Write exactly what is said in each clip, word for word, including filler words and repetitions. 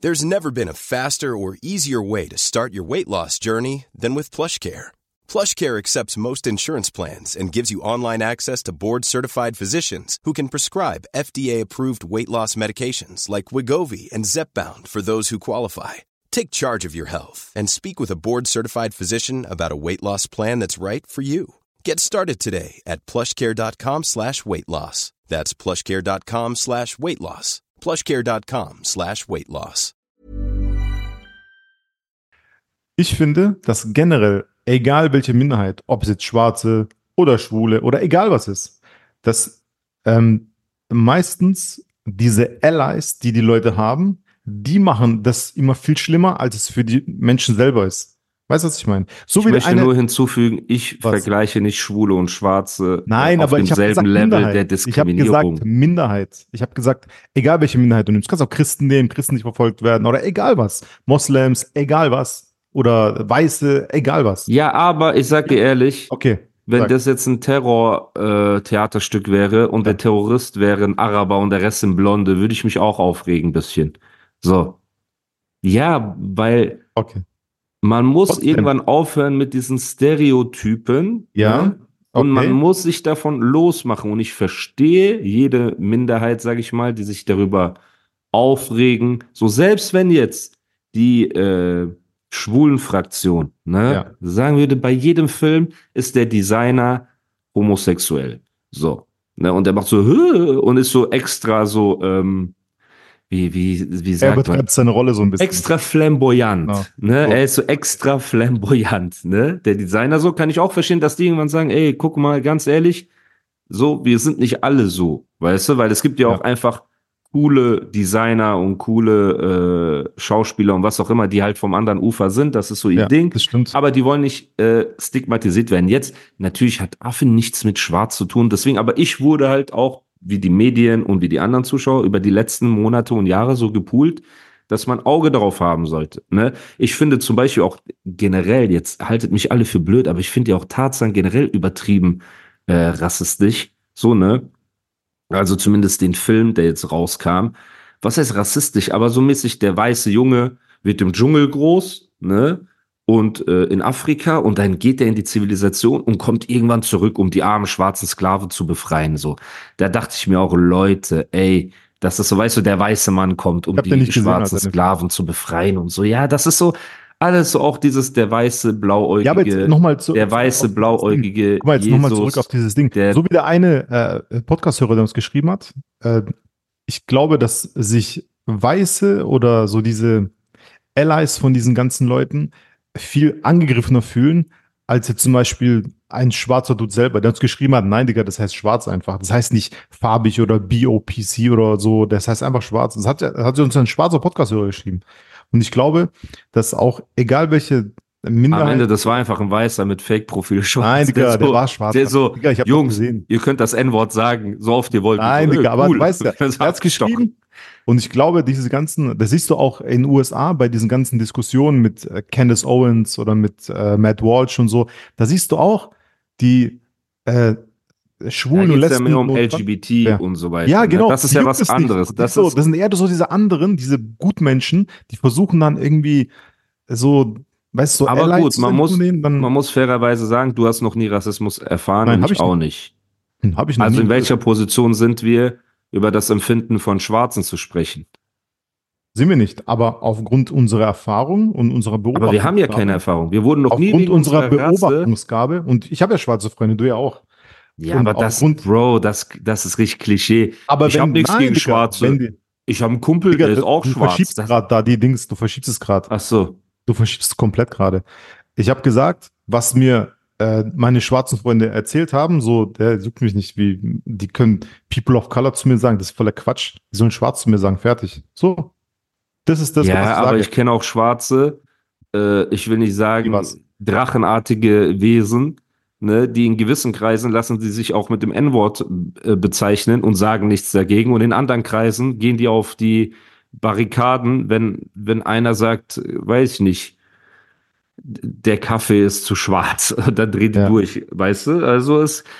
There's never been a faster or easier way to start your weight loss journey than with PlushCare. PlushCare accepts most insurance plans and gives you online access to board-certified physicians who can prescribe F D A-approved weight loss medications like Wegovy and Zepbound for those who qualify. Take charge of your health and speak with a board-certified physician about a weight loss plan that's right for you. Get started today at plushcare.com slash weight loss. That's plushcare.com slash weight loss. plushcare.com slash weight loss. Ich finde, dass generell, egal welche Minderheit, ob es jetzt Schwarze oder Schwule oder egal was ist, dass ähm, meistens diese Allies, die die Leute haben, die machen das immer viel schlimmer, als es für die Menschen selber ist. Weißt du, was ich meine? So ich wie möchte eine, nur hinzufügen, ich was? vergleiche nicht Schwule und Schwarze Nein, auf aber ich habe demselben gesagt Level Minderheit. der Ich habe Diskriminierung. gesagt Minderheit. Ich habe gesagt, egal welche Minderheit du nimmst, kannst auch Christen nehmen, Christen nicht verfolgt werden oder egal was. Moslems, egal was. Oder Weiße, egal was. Ja, aber ich sag dir ehrlich, Okay. wenn sag. das jetzt ein Terror-Theaterstück wäre und Ja. der Terrorist wäre ein Araber und der Rest sind Blonde, würde ich mich auch aufregen ein bisschen. So. Ja, weil Okay. man muss Trotzdem. irgendwann aufhören mit diesen Stereotypen. Ja, Ne? Und okay. man muss sich davon losmachen. Und ich verstehe jede Minderheit, sage ich mal, die sich darüber aufregen. So selbst wenn jetzt die äh, Schwulenfraktion ne, Ja. sagen würde, bei jedem Film ist der Designer homosexuell. So. Ne? Und der macht so "Hö", und ist so extra so, ähm, wie, wie, wie Er sagt man? betreibt seine Rolle so ein bisschen. Extra flamboyant, Ja. ne? So. Er ist so extra flamboyant, ne? Der Designer so, kann ich auch verstehen, dass die irgendwann sagen, ey, guck mal, ganz ehrlich, so, wir sind nicht alle so, weißt du? Weil es gibt ja auch Ja. einfach coole Designer und coole äh, Schauspieler und was auch immer, die halt vom anderen Ufer sind, das ist so ihr Ja, Ding. das stimmt. Aber die wollen nicht äh, stigmatisiert werden. Jetzt, natürlich hat Affe nichts mit Schwarz zu tun, deswegen, aber ich wurde halt auch, wie die Medien und wie die anderen Zuschauer, über die letzten Monate und Jahre so gepoolt, dass man Auge darauf haben sollte. Ne? Ich finde zum Beispiel auch generell, jetzt haltet mich alle für blöd, aber ich finde ja auch Tarzan generell übertrieben äh, rassistisch. So, ne? Also zumindest den Film, der jetzt rauskam. Was heißt rassistisch? Aber so mäßig, der weiße Junge wird im Dschungel groß, ne? Und äh, in Afrika, und dann geht er in die Zivilisation und kommt irgendwann zurück, um die armen schwarzen Sklaven zu befreien. So, da dachte ich mir auch, Leute, ey, das ist so, weißt du, der weiße Mann kommt, um Ich hab den die nicht gesehen, schwarzen Alter. Sklaven zu befreien und so. Ja, das ist so alles so auch dieses der weiße blauäugige, Ja, aber jetzt nochmal zu, der zu- weiße auf dieses Ding. blauäugige Guck mal, jetzt nochmal Jesus, zurück auf dieses Ding. der- So wie der eine äh, Podcast-Hörer, der uns geschrieben hat, äh, ich glaube, dass sich Weiße oder so diese Allies von diesen ganzen Leuten viel angegriffener fühlen, als jetzt zum Beispiel ein schwarzer Dude selber, der uns geschrieben hat, nein, Digga, das heißt schwarz einfach. Das heißt nicht farbig oder B O P C oder so, das heißt einfach schwarz. Das hat, hat uns ein schwarzer Podcast-Hörer geschrieben. Und ich glaube, dass auch, egal welche Minderheit... Am Ende, das war einfach ein Weißer mit Fake-Profil schwarz. Nein, Digga, der so, war schwarz. Der so, Digga, ich hab doch Jungs, gesehen. ihr könnt das N-Wort sagen, so oft ihr wollt. Nein, so, Digga, aber cool. du weißt ja, Das er hat's hab ich doch. geschrieben. Und ich glaube, diese ganzen, das siehst du auch in den U S A bei diesen ganzen Diskussionen mit äh, Candace Owens oder mit äh, Matt Walsh und so, da siehst du auch die äh, Da Schwulen und geht's ja Lesben mehr um und L G B T Ja. und so weiter. Ja, ne? genau. Das ist die ja juckt was es nicht. anderes. Das, Das ist so, ist, das sind eher so diese anderen, diese Gutmenschen, die versuchen dann irgendwie so, weißt du, so aber Allies gut, zu man sein muss, von denen, dann man muss fairerweise sagen, du hast noch nie Rassismus erfahren Nein, und hab ich ich auch nicht. hm, hab ich noch Also nie in welcher Position sind wir, über das Empfinden von Schwarzen zu sprechen? sind wir nicht, aber aufgrund unserer Erfahrung und unserer Beobachtung. Aber wir haben ja keine Erfahrung. Wir wurden noch nie Aufgrund wegen unserer unserer Rasse. Beobachtungsgabe, und ich habe ja schwarze Freunde, du ja auch. Ja, Und aber das, aufgrund- Bro, das, das ist richtig Klischee. Aber ich wenn, habe nichts nein, gegen Digga, Schwarze. Wenn die, Ich habe einen Kumpel, Digga, der ist auch du schwarz. verschiebst Das- gerade da die Dings, du verschiebst es gerade. Ach so. Du verschiebst es komplett gerade. Ich habe gesagt, was mir äh, meine schwarzen Freunde erzählt haben, so, der juckt mich nicht, wie, die können People of Color zu mir sagen, das ist voller Quatsch. Die sollen schwarz zu mir sagen, fertig. So. Das ist das, was ja, ich aber sage. ich kenne auch Schwarze, äh, ich will nicht Wie sagen, was? drachenartige Wesen, ne, die in gewissen Kreisen lassen sie sich auch mit dem N-Wort äh, bezeichnen und sagen nichts dagegen. Und in anderen Kreisen gehen die auf die Barrikaden, wenn, wenn einer sagt, äh, weiß ich nicht, der Kaffee ist zu schwarz, dann dreht die Ja. durch, weißt du? Also es,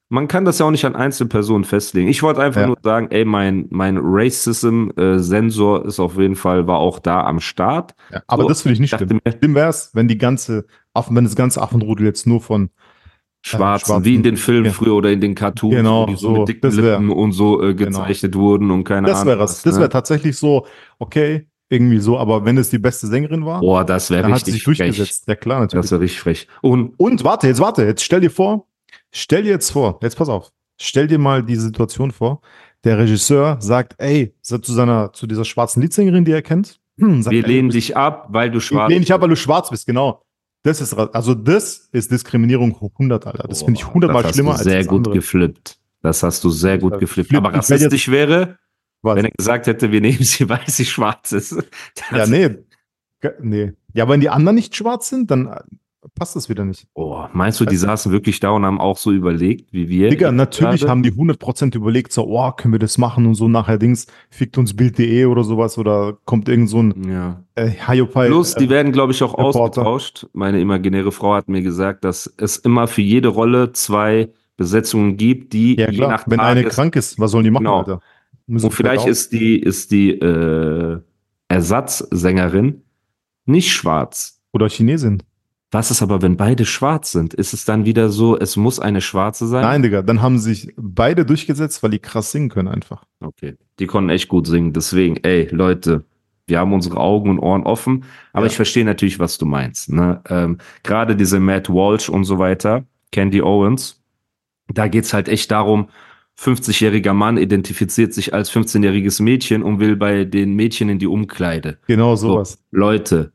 man kann das ja auch nicht an Einzelpersonen festlegen. Ich wollte einfach Ja. nur sagen, ey, mein, mein Racism-Sensor ist auf jeden Fall, war auch da am Start. Ja, aber So, das finde ich nicht dachte schlimm. mir, Schlimm wäre es, wenn die ganze Affen, wenn das ganze Affenrudel jetzt nur von Schwarzen, Schwarzen. wie in den Filmen Ja. früher oder in den Cartoons, Genau, wo die so so, mit dicken das wär- Lippen und so äh, genau. gezeichnet wurden und keine Das Ahnung wäre es. was. Das Ne? wäre tatsächlich so, okay, irgendwie so, aber wenn es die beste Sängerin war, Boah, das wäre dann hat sie richtig sich frech. durchgesetzt. Ja klar, natürlich. Das wäre richtig frech. Und Und warte, jetzt warte, jetzt stell dir vor, stell dir jetzt vor, jetzt pass auf, stell dir mal die Situation vor, der Regisseur sagt, ey, sagt zu seiner, zu dieser schwarzen Leadsängerin, die er kennt, hm, sagt, wir ey, lehnen du bist- dich ab, weil du ich schwarz lehne dich ab, weil du schwarz bist, genau. Das ist, ra- also das ist Diskriminierung hoch hundert, Alter. Das finde ich Boah, hundertmal das hast schlimmer du als sehr das gut andere. geflippt. Das hast du sehr gut Ich geflippt. flipp- Aber ich werd rassistisch wäre, Was? wenn er gesagt hätte, wir nehmen sie, weil sie schwarz ist. Ja, Das- nee. Ge- Nee. Ja, wenn die anderen nicht schwarz sind, dann äh, passt das wieder nicht. Oh, meinst du, die Weißt du? saßen wirklich da und haben auch so überlegt, wie wir? Digga, jetzt natürlich gerade? haben die hundert Prozent überlegt, so, oh, können wir das machen und so nachher Dings, fickt uns Bild punkt de oder sowas oder kommt irgend so ein Ja. äh, Hiopai. Plus, die äh, werden, glaube ich, auch Reporter. ausgetauscht. Meine imaginäre Frau hat mir gesagt, dass es immer für jede Rolle zwei Besetzungen gibt, die Ja, je klar. nach Wenn eine Tages- krank ist, was sollen die machen, Genau. Alter? Müssen Und vielleicht verkaufen. ist die, ist die äh, Ersatzsängerin nicht schwarz. Oder Chinesin. Was ist aber, wenn beide schwarz sind? Ist es dann wieder so, es muss eine schwarze sein? Nein, Digga, dann haben sich beide durchgesetzt, weil die krass singen können einfach. Okay, die konnten echt gut singen. Deswegen, ey, Leute, wir haben unsere Augen und Ohren offen. Aber Ja. ich verstehe natürlich, was du meinst. Ne? Ähm, Gerade diese Matt Walsh und so weiter, Candy Owens, da geht's halt echt darum, fünfzigjähriger Mann identifiziert sich als fünfzehnjähriges Mädchen und will bei den Mädchen in die Umkleide. Genau So, sowas. Leute,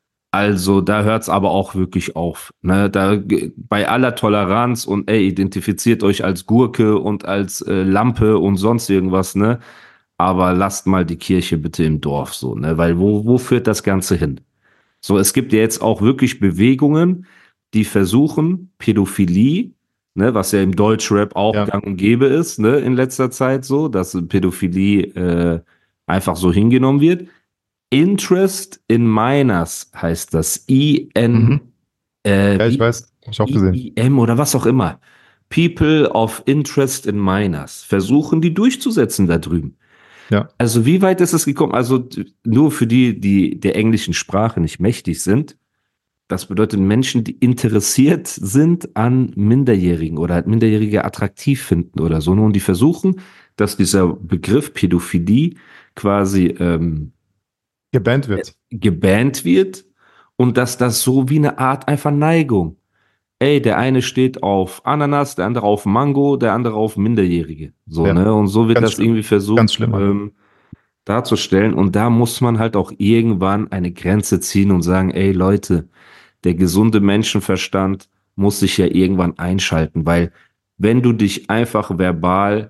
also da hört's aber auch wirklich auf. Ne? Da, ge- bei aller Toleranz und ey, identifiziert euch als Gurke und als äh, Lampe und sonst irgendwas, ne? Aber lasst mal die Kirche bitte im Dorf so, ne? Weil wo, wo führt das Ganze hin? So, es gibt ja jetzt auch wirklich Bewegungen, die versuchen, Pädophilie, ne, was ja im Deutschrap auch Ja. gang und gäbe ist, ne, in letzter Zeit so, dass Pädophilie äh, einfach so hingenommen wird. Interest in Minors heißt das. I N, Mhm. äh, Ja, ich wie- weiß. Hab ich auch gesehen. I M oder was auch immer. People of Interest in Minors versuchen, die durchzusetzen da drüben. Ja. Also wie weit ist es gekommen? Also d- nur für die, die der englischen Sprache nicht mächtig sind. Das bedeutet Menschen, die interessiert sind an Minderjährigen oder halt Minderjährige attraktiv finden oder so. Und die versuchen, dass dieser Begriff Pädophilie quasi ähm, Gebannt wird. gebannt wird und dass das so wie eine Art einfach Neigung. Ey, der eine steht auf Ananas, der andere auf Mango, der andere auf Minderjährige. So, Ja. ne? Und so wird Ganz das schlimm. irgendwie versucht Ganz schlimm, Alter. ähm, darzustellen. Und da muss man halt auch irgendwann eine Grenze ziehen und sagen, ey Leute, der gesunde Menschenverstand muss sich ja irgendwann einschalten, weil wenn du dich einfach verbal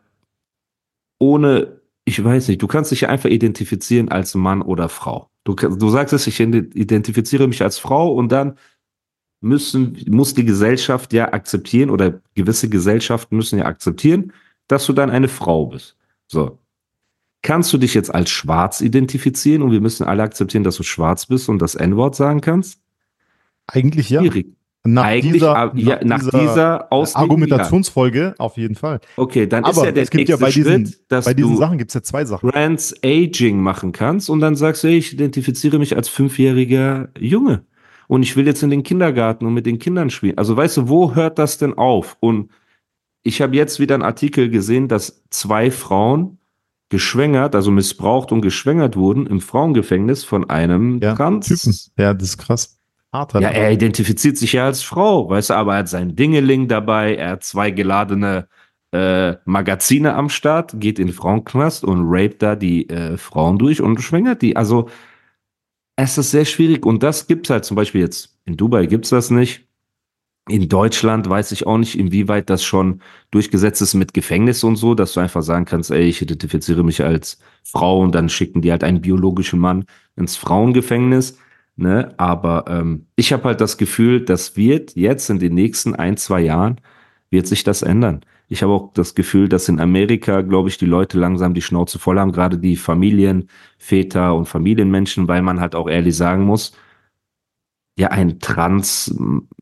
ohne, ich weiß nicht, du kannst dich ja einfach identifizieren als Mann oder Frau. Du, kann- du sagst es, ich identifiziere mich als Frau und dann müssen, muss die Gesellschaft ja akzeptieren oder gewisse Gesellschaften müssen ja akzeptieren, dass du dann eine Frau bist. So. Kannst du dich jetzt als schwarz identifizieren und wir müssen alle akzeptieren, dass du schwarz bist und das N-Wort sagen kannst? Eigentlich ja. Schwierig. Nach Eigentlich, dieser, ab- ja, nach dieser Auslegung, Argumentationsfolge auf jeden Fall. ja. Okay, dann ist Aber ja der es gibt ja nächste bei diesen, Schritt, dass bei diesen du Sachen gibt es ja zwei Sachen. Trans-Aging machen kannst und dann sagst du, hey, ich identifiziere mich als fünfjähriger Junge und ich will jetzt in den Kindergarten und mit den Kindern spielen. Also weißt du, wo hört das denn auf? Und ich habe jetzt wieder einen Artikel gesehen, dass zwei Frauen geschwängert, also missbraucht und geschwängert wurden im Frauengefängnis von einem Ja, Trans. Typen. Ja, das ist krass. Hart halt. Ja, er identifiziert sich ja als Frau, weißt du, aber er hat sein Dingeling dabei, er hat zwei geladene äh, Magazine am Start, geht in den Frauenknast und raped da die äh, Frauen durch und schwängert die. Also es ist sehr schwierig und das gibt's halt zum Beispiel jetzt in Dubai gibt's das nicht. In Deutschland weiß ich auch nicht, inwieweit das schon durchgesetzt ist mit Gefängnis und so, dass du einfach sagen kannst, ey, ich identifiziere mich als Frau und dann schicken die halt einen biologischen Mann ins Frauengefängnis. Ne? Aber ähm, ich habe halt das Gefühl, das wird jetzt in den nächsten ein, zwei Jahren, wird sich das ändern. Ich habe auch das Gefühl, dass in Amerika, glaube ich, die Leute langsam die Schnauze voll haben, gerade die Familienväter und Familienmenschen, weil man halt auch ehrlich sagen muss, ja, ein Trans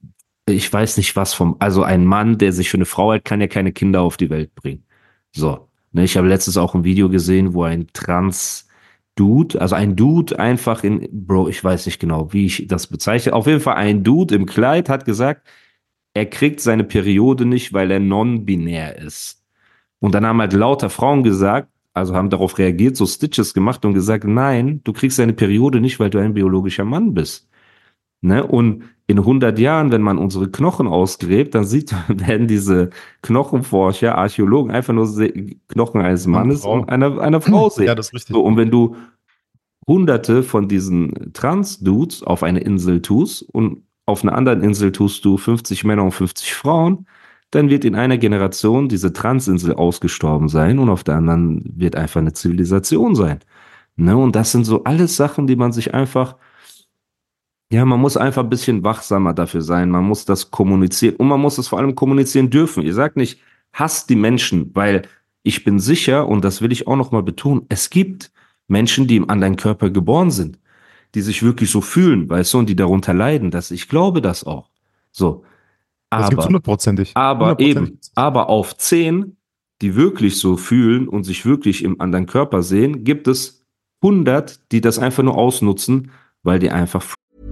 ich weiß nicht was vom, also ein Mann, der sich für eine Frau hält, kann ja keine Kinder auf die Welt bringen. So. Ne, ich habe letztens auch ein Video gesehen, wo ein Trans-Dude, also ein Dude einfach in, Bro, ich weiß nicht genau, wie ich das bezeichne. Auf jeden Fall ein Dude im Kleid hat gesagt, er kriegt seine Periode nicht, weil er non-binär ist. Und dann haben halt lauter Frauen gesagt, also haben darauf reagiert, so Stitches gemacht und gesagt, nein, du kriegst deine Periode nicht, weil du ein biologischer Mann bist. Ne? Und in hundert Jahren, wenn man unsere Knochen ausgräbt, dann sieht, werden diese Knochenforscher, Archäologen einfach nur se- Knochen eines Mannes und einer, einer Frau sehen. Ja, das ist richtig. So, und wenn du hunderte von diesen Trans-Dudes auf eine Insel tust und auf einer anderen Insel tust du fünfzig Männer und fünfzig Frauen, dann wird in einer Generation diese Transinsel ausgestorben sein und auf der anderen wird einfach eine Zivilisation sein. Ne? Und das sind so alles Sachen, die man sich einfach, ja, man muss einfach ein bisschen wachsamer dafür sein. Man muss das kommunizieren und man muss es vor allem kommunizieren dürfen. Ihr sagt nicht, hasst die Menschen, weil ich bin sicher, und das will ich auch noch mal betonen, es gibt Menschen, die an deinem Körper geboren sind, die sich wirklich so fühlen, weißt du, und die darunter leiden. Das, ich glaube das auch. So. Das gibt's Aber, hundertprozentig. aber eben, Hundertprozentig. aber auf zehn, die wirklich so fühlen und sich wirklich im anderen Körper sehen, gibt es hundert, die das einfach nur ausnutzen, weil die einfach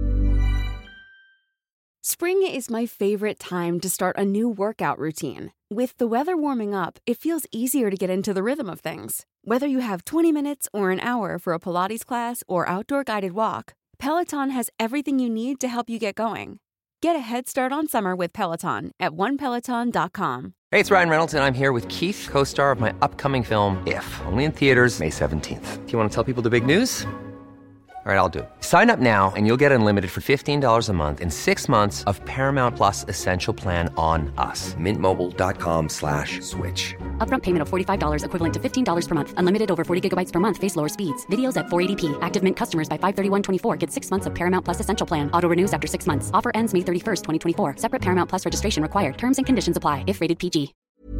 Spring is my favorite time to start a new workout routine. With the weather warming up, it feels easier to get into the rhythm of things. Whether you have twenty minutes or an hour for a Pilates class or outdoor guided walk, Peloton has everything you need to help you get going. Get a head start on summer with Peloton at one peloton dot com. Hey, it's Ryan Reynolds, and I'm here with Keith, co-star of my upcoming film, If, only in theaters May seventeenth. Do you want to tell people the big news? All right, I'll do it. Sign up now and you'll get unlimited for fifteen dollars a month and six months of Paramount Plus Essential Plan on us. Mint Mobile dot com slash switch. Upfront payment of forty-five dollars equivalent to fifteen dollars per month. Unlimited over forty gigabytes per month. Face lower speeds. Videos at four eighty p. Active Mint customers by five thirty-one twenty-four get six months of Paramount Plus Essential Plan. Auto renews after six months. Offer ends May thirty-first, twenty twenty-four. Separate Paramount Plus registration required. Terms and conditions apply if rated P G.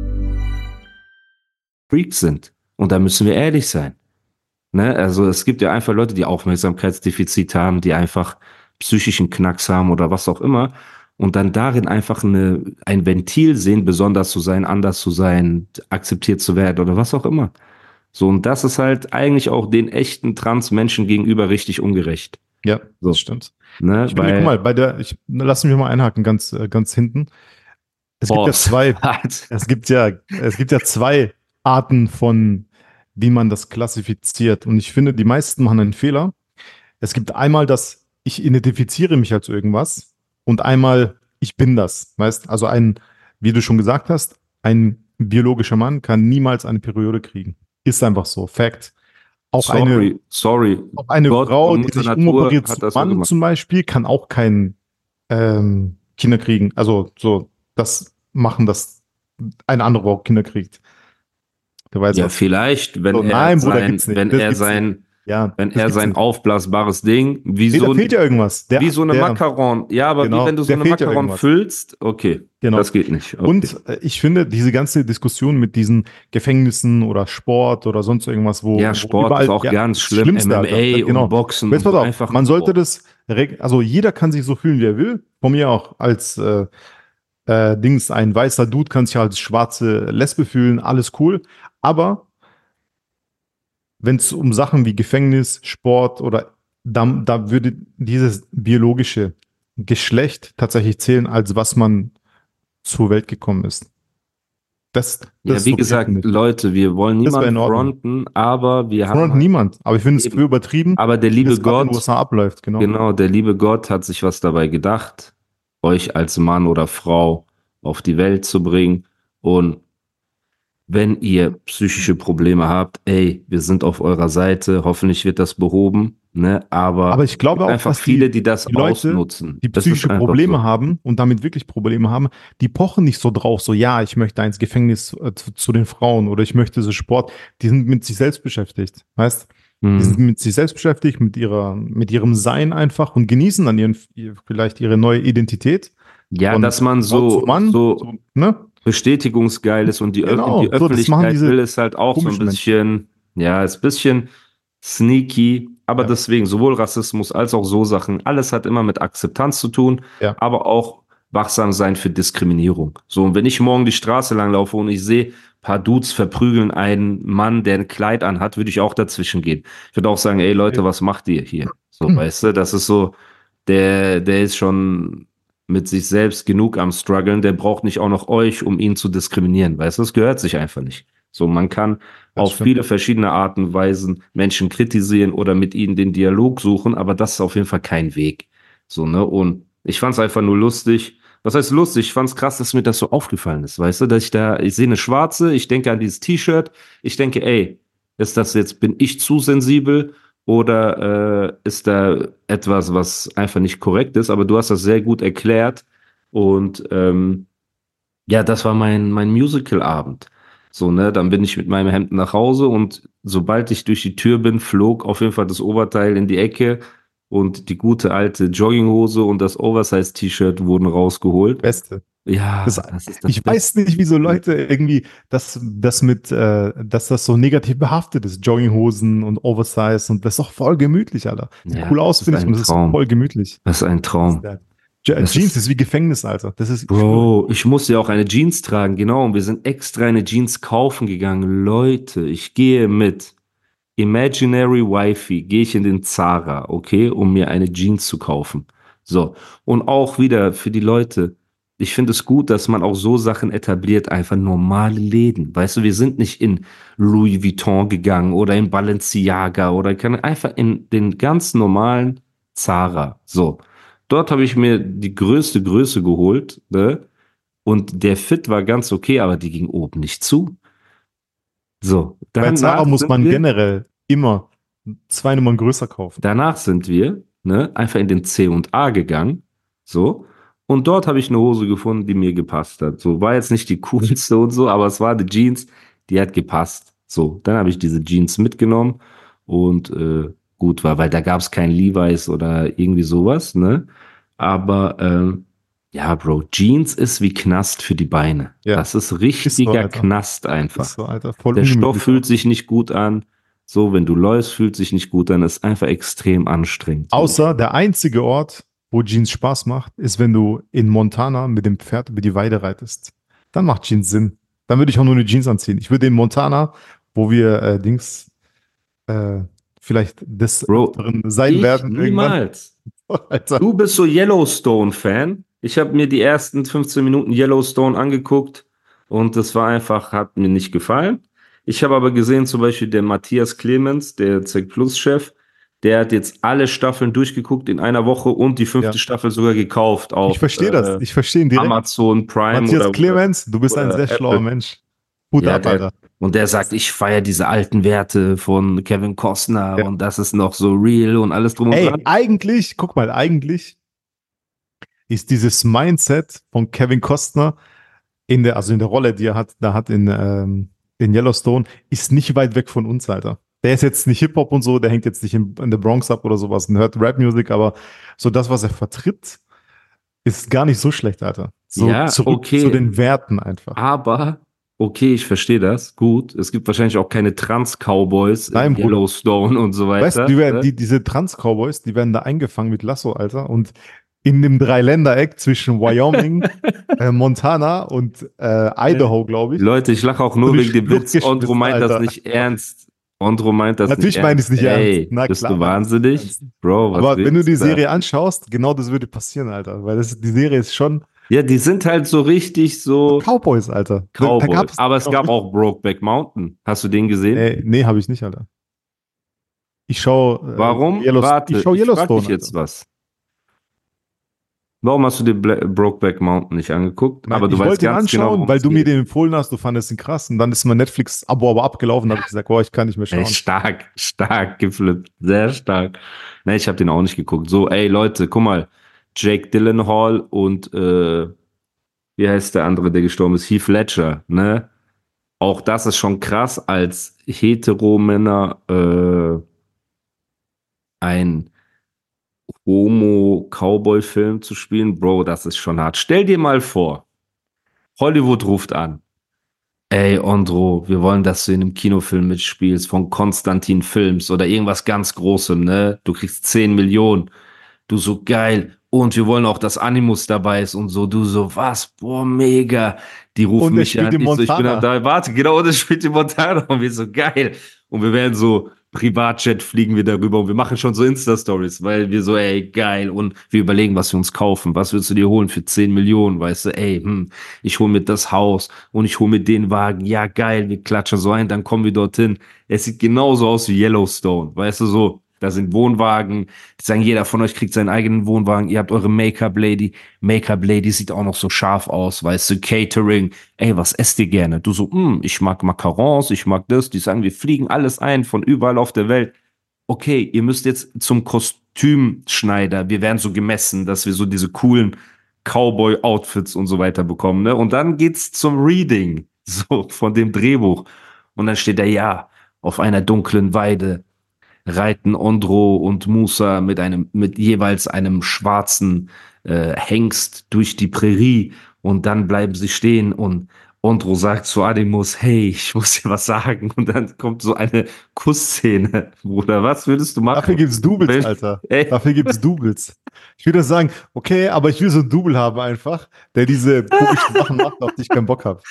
Freaks sind. Und da müssen wir ehrlich sein. Ne? Also es gibt ja einfach Leute, die Aufmerksamkeitsdefizit haben, die einfach psychischen Knacks haben oder was auch immer und dann darin einfach eine, ein Ventil sehen, besonders zu sein, anders zu sein, akzeptiert zu werden oder was auch immer. So, und das ist halt eigentlich auch den echten Trans-Menschen gegenüber richtig ungerecht. Ja, So. das stimmt. Ne? Ich finde, guck mal, bei der, ich, lass mich mal einhaken, ganz, äh, ganz hinten. Es gibt ja zwei, es gibt ja, es gibt ja zwei Arten von, wie man das klassifiziert. Und ich finde, die meisten machen einen Fehler. Es gibt einmal das, ich identifiziere mich als irgendwas und einmal, ich bin das. Weißt, also ein, wie du schon gesagt hast, ein biologischer Mann kann niemals eine Periode kriegen. Ist einfach so. Fact. Auch sorry, eine, sorry. auch eine Gott Frau, und die Mutter sich Natur umoperiert hat zu das so Mann gemacht. zum Beispiel, kann auch kein ähm, Kinder kriegen. Also so, das machen, dass ein anderer auch Kinder kriegt. Der weiß Ja, was. vielleicht, wenn So, er nein, Bruder, sein, gibt's nicht. wenn Das er gibt's sein, Ja, wenn das er gibt's sein nicht. aufblasbares Ding, wie Nee, so, da fehlt ja irgendwas. Der, wie so eine der, Macaron. Ja, aber Genau, wie wenn du so der eine fehlt ja Macaron irgendwas. füllst, okay, Genau. das geht nicht. Okay. Und äh, ich finde, diese ganze Diskussion mit diesen Gefängnissen oder Sport oder sonst irgendwas, wo ja, wo Sport überall- ist auch ja, ganz das schlimm. Schlimmste, M M A Alter. Genau. und Boxen Jetzt und pass so auf, einfach. man sollte das, reg- also jeder kann sich so fühlen, wie er will. Von mir auch als äh, äh, Dings, ein weißer Dude kann sich als schwarze Lesbe fühlen, alles cool. Aber wenn es um Sachen wie Gefängnis, Sport oder da, da würde dieses biologische Geschlecht tatsächlich zählen, als was man zur Welt gekommen ist. Das, das Ja, ist wie okay gesagt, für mich. Leute, wir wollen Das wär niemanden in Ordnung. fronten, aber wir Front haben, niemand, aber ich finde es Eben. für übertrieben, aber der wie liebe es gerade in den Gott, U S A abläuft, genau. genau, der liebe Gott hat sich was dabei gedacht, euch als Mann oder Frau auf die Welt zu bringen. Und wenn ihr psychische Probleme habt, ey, wir sind auf eurer Seite. Hoffentlich wird das behoben, ne? Aber, Aber ich glaube auch, einfach dass viele, die, die das die Leute, ausnutzen. die Das ist psychische einfach Probleme so. haben und damit wirklich Probleme haben, die pochen nicht so drauf, so ja, ich möchte ins Gefängnis äh, zu, zu den Frauen oder ich möchte so Sport. Die sind mit sich selbst beschäftigt, weißt? Die sind Hm. mit sich selbst beschäftigt, mit ihrer, mit ihrem Sein einfach und genießen dann ihren, ihr- vielleicht ihre neue Identität. Ja, Von dass man Frau so, zu Mann, so so, ne? bestätigungsgeil ist und die, Öff- Genau, die so, das machen Öffentlichkeit diese will es halt auch so ein komischen bisschen, ja, ist ein bisschen sneaky, aber Ja. deswegen sowohl Rassismus als auch so Sachen, alles hat immer mit Akzeptanz zu tun, Ja. aber auch wachsam sein für Diskriminierung. So, und wenn ich morgen die Straße lang laufe und ich sehe, paar Dudes verprügeln einen Mann, der ein Kleid anhat, würde ich auch dazwischen gehen. Ich würde auch sagen, ey Leute, was macht ihr hier? So, hm. weißt du, das ist so, der, der ist schon mit sich selbst genug am struggeln, der braucht nicht auch noch euch, um ihn zu diskriminieren, weißt du, das gehört sich einfach nicht. So, man kann das auf stimmt. viele verschiedene Arten und Weisen Menschen kritisieren oder mit ihnen den Dialog suchen, aber das ist auf jeden Fall kein Weg. So, ne, und ich fand es einfach nur lustig. Was heißt lustig? Ich fand es krass, dass mir das so aufgefallen ist, weißt du, dass ich da, ich sehe eine schwarze, ich denke an dieses T-Shirt, ich denke, ey, ist das jetzt, bin ich zu sensibel oder äh, ist da etwas, was einfach nicht korrekt ist? Aber du hast das sehr gut erklärt und ähm, ja, das war mein, mein Musical-Abend. So, ne, dann bin ich mit meinem Hemd nach Hause und sobald ich durch die Tür bin, flog auf jeden Fall das Oberteil in die Ecke und die gute alte Jogginghose und das Oversize-T-Shirt wurden rausgeholt. Beste. Ja, das, das ist das ich Beste. weiß nicht, wieso Leute irgendwie das, das mit, äh, dass das so negativ behaftet ist. Jogginghosen und Oversize und das ist doch voll gemütlich, Alter. Sieht Ja, cool aus, das finde ist ich, ein und das ist Traum. voll gemütlich. Das ist ein Traum. Je- Das Jeans ist- ist wie Gefängnis, Alter. Das ist Bro, ich musste ja auch eine Jeans tragen, genau. Und wir sind extra eine Jeans kaufen gegangen. Leute, ich gehe mit Imaginary Wifey, gehe ich in den Zara, okay, um mir eine Jeans zu kaufen. So. Und auch wieder für die Leute, ich finde es gut, dass man auch so Sachen etabliert, einfach normale Läden. Weißt du, wir sind nicht in Louis Vuitton gegangen oder in Balenciaga oder kann einfach in den ganz normalen Zara. So. Dort habe ich mir die größte Größe geholt, ne? Und der Fit war ganz okay, aber die ging oben nicht zu. So, Bei Zara danach muss sind man wir, generell immer zwei Nummern größer kaufen. danach sind wir, ne, einfach in den C und A gegangen, so, und dort habe ich eine Hose gefunden, die mir gepasst hat. So, war jetzt nicht die coolste und so, aber es war eine Jeans, die hat gepasst. So, dann habe ich diese Jeans mitgenommen und äh, gut war, weil da gab es kein Levi's oder irgendwie sowas, ne? Aber ähm, ja, Bro, Jeans ist wie Knast für die Beine. Ja. Das ist Ist so, richtiger Alter. Knast einfach. Ist so, Alter, voll Der Stoff ungemütlich. fühlt sich nicht gut an. So, wenn du läufst, fühlt sich nicht gut an. Ist einfach extrem anstrengend. Außer der einzige Ort, wo Jeans Spaß macht, ist, wenn du in Montana mit dem Pferd über die Weide reitest. Dann macht Jeans Sinn. Dann würde ich auch nur eine Jeans anziehen. Ich würde in Montana, wo wir äh, Dings äh, vielleicht des Bro, Öfteren sein ich werden. niemals. Irgendwann. Alter. Du bist so Yellowstone-Fan. Ich habe mir die ersten fünfzehn Minuten Yellowstone angeguckt und das war einfach, hat mir nicht gefallen. Ich habe aber gesehen, zum Beispiel der Matthias Clemens, der Z Plus-Chef, der hat jetzt alle Staffeln durchgeguckt in einer Woche und die fünfte Ja. Staffel sogar gekauft auf Ich verstehe äh, das. Ich verstehe ihn direkt. Amazon Prime Matthias oder Clemens, du bist ein oder sehr Apple. schlauer Mensch. Hut Ja, ab, der, Alter. und der sagt, ich feiere diese alten Werte von Kevin Costner Ja. und das ist noch so real und alles drum und Ey, dran. eigentlich, guck mal, eigentlich ist dieses Mindset von Kevin Costner in der, also in der Rolle, die er hat, da hat in, ähm, in Yellowstone, ist nicht weit weg von uns, Alter. Der ist jetzt nicht Hip-Hop und so, der hängt jetzt nicht in, in der Bronx ab oder sowas und hört Rap-Music, aber so das, was er vertritt, ist gar nicht so schlecht, Alter. So Ja, zurück okay. zu den Werten einfach. Aber, okay, ich verstehe das, gut. Es gibt wahrscheinlich auch keine Trans-Cowboys Nein, in Bruder. Yellowstone und so weiter. Weißt du, die, werden, ne? die, diese Trans-Cowboys, die werden da eingefangen mit Lasso, Alter. Und in dem Dreiländereck zwischen Wyoming, äh, Montana und äh, Idaho, glaube ich. Leute, ich lache auch nur So die wegen dem Schlucht Witz. Ondro geschmissen, meint Alter. das nicht ernst. Ondro meint das Natürlich nicht meine ernst. ich es nicht Ey, ernst. Na bist klar, du meine ich es nicht wahnsinnig? ernst. Bro, was Aber wenn du willst die da? Serie anschaust, genau das würde passieren, Alter. Weil das, die Serie ist schon Ja, die sind halt so richtig so Cowboys, Alter. Da- da Cowboy. gab's Aber es noch gab nicht- auch Brokeback Mountain. Hast du den gesehen? Äh, nee, habe ich nicht, Alter. Ich schaue äh, Warum? Yellowstone. Warte, ich schaue ich frag Yellowstone. dich jetzt Alter. was. Warum hast du dir Bla Brokeback Mountain nicht angeguckt? Nein, aber du ich weißt wollte ihn ganz genau, anschauen, worum weil es du mir geht. den empfohlen hast, du fandest ihn krass. Und dann ist mein Netflix-Abo aber abgelaufen. Da habe ich gesagt, boah, ich kann nicht mehr Ey, schauen. stark, stark geflippt. Sehr stark. Ne, ich habe den auch nicht geguckt. So, ey Leute, guck mal. Jake Gyllenhaal und äh, wie heißt der andere, der gestorben ist? Heath Ledger, ne? Auch das ist schon krass, als Hetero-Männer äh, ein Homo-Cowboy-Film zu spielen. Bro, das ist schon hart. Stell dir mal vor, Hollywood ruft an. Ey, Ondro, wir wollen, dass du in einem Kinofilm mitspielst von Konstantin Films oder irgendwas ganz Großem, ne? Du kriegst zehn Millionen. Du so geil. und wir wollen auch, dass Animus dabei ist und so. Du so, was? Boah, mega. Die rufen Und der mich spielt an. in Ich, so, ich bin Montana. am da, warte, genau, und das spielt in Montana. Und wir so, geil. Und wir werden so, Privatjet fliegen wir darüber und wir machen schon so Insta-Stories, weil wir so, ey, geil. Und wir überlegen, was wir uns kaufen. Was willst du dir holen für zehn Millionen? Weißt du, ey, hm, ich hole mir das Haus und ich hole mir den Wagen. Ja, geil, wir klatschen so ein, dann kommen wir dorthin. Es sieht genauso aus wie Yellowstone. Weißt du, so, da sind Wohnwagen. Die sagen, jeder von euch kriegt seinen eigenen Wohnwagen. Ihr habt eure Make-up-Lady. Make-up-Lady sieht auch noch so scharf aus, weißt du, Catering. Ey, was esst ihr gerne? Du so, hm, ich mag Macarons, ich mag das. Die sagen, wir fliegen alles ein von überall auf der Welt. Okay, ihr müsst jetzt zum Kostümschneider. Wir werden so gemessen, dass wir so diese coolen Cowboy-Outfits und so weiter bekommen, ne? Und dann geht's zum Reading, so, von dem Drehbuch. Und dann steht da, ja, auf einer dunklen Weide reiten Ondro und Musa mit einem, mit jeweils einem schwarzen äh, Hengst durch die Prärie und dann bleiben sie stehen und Ondro sagt zu Animus, hey, ich muss dir was sagen und dann kommt so eine Kussszene, Bruder, was würdest du machen? Dafür gibt's Doubles, Wenn- Alter. Ey. Dafür gibt's Doubles. Ich würde sagen, okay, aber ich will so ein Double haben einfach, der diese komischen Sachen macht, auf die ich keinen Bock habe.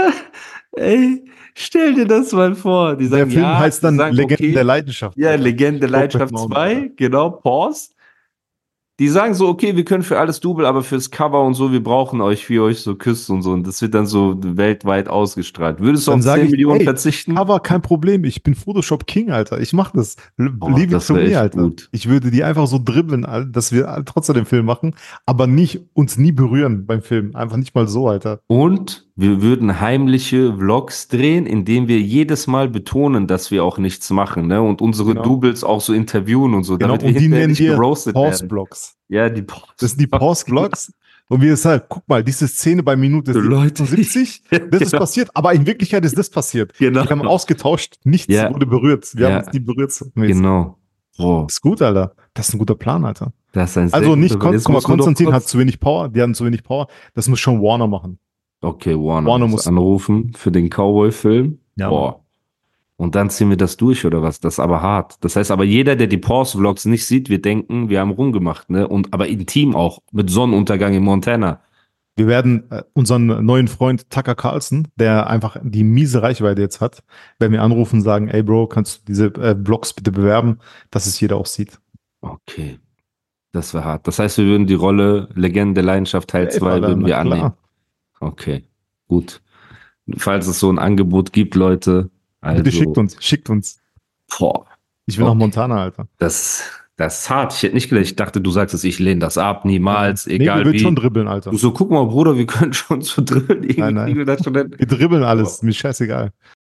Ey, stell dir das mal vor. Die Der sagen, Film ja, heißt die dann sagen, Legenden okay, der Leidenschaft. ja, Alter. Legende Leidenschaft Brokeback zwei, Mountain. genau, Pause. Die sagen so, okay, wir können für alles Double, aber fürs Cover und so, wir brauchen euch, wie ihr euch so küsst und so. Und das wird dann so weltweit ausgestrahlt. Würdest du Dann auf sage zehn ich, Millionen ey, verzichten? Aber kein Problem, ich bin Photoshop King, Alter. Ich mach das. L- Oh, Leave it das to wär me, echt Alter. gut. Ich würde die einfach so dribbeln, Alter, dass wir alle trotzdem den Film machen, aber nicht uns nie berühren beim Film. Einfach nicht mal so, Alter. Und wir würden heimliche Vlogs drehen, indem wir jedes Mal betonen, dass wir auch nichts machen, ne? Und unsere Genau. Doubles auch so interviewen und so, Genau, damit wir und die hinterher nennen nicht wir geroastet werden. Pause-Blocks. Ja, die Pause. Das sind die Pause-Vlogs. Und wir sagen, guck mal, diese Szene bei Minute Leute. siebzig, das ist Genau. passiert, aber in Wirklichkeit ist das passiert. Genau. Wir haben ausgetauscht, nichts Ja. wurde berührt. Wir Ja. haben uns nie berührt. Genau. Boah, Ist gut, Alter. Das ist ein guter Plan, Alter. das ist ein sehr Also nicht, guter- Kon Jetzt guck mal, muss man doch Konstantin kurz- hat zu wenig Power, die hatten zu wenig Power. Das muss schon Warner machen. Okay, Warner, Warner muss muss- anrufen für den Cowboy-Film. Ja, Boah. Und dann ziehen wir das durch oder was? Das ist aber hart. Das heißt aber, jeder, der die Pause-Vlogs nicht sieht, wir denken, wir haben rumgemacht, ne? Und aber intim auch, mit Sonnenuntergang in Montana. Wir werden äh, unseren neuen Freund Tucker Carlson, der einfach die miese Reichweite jetzt hat, werden wir anrufen und sagen, ey Bro, kannst du diese äh, Blogs bitte bewerben, dass es jeder auch sieht. Okay. Das wäre hart. Das heißt, wir würden die Rolle Legende der Leidenschaft Teil Ey, zwei Vater, würden na wir klar. annehmen. Okay. Gut. Falls es so ein Angebot gibt, Leute. Also, Bitte schickt uns, schickt uns. Boah. Ich will Okay. nach Montana, Alter. Das, das ist hart. Ich hätte nicht gedacht, ich dachte, du sagst es, ich lehne das ab, niemals, nee, egal wir würden wie. schon dribbeln, Alter. Du so, guck mal, Bruder, wir können schon so drillen. Irgendwie Nein, nein. kriegen wir das schon hin. Wir dribbeln alles, mir scheißegal.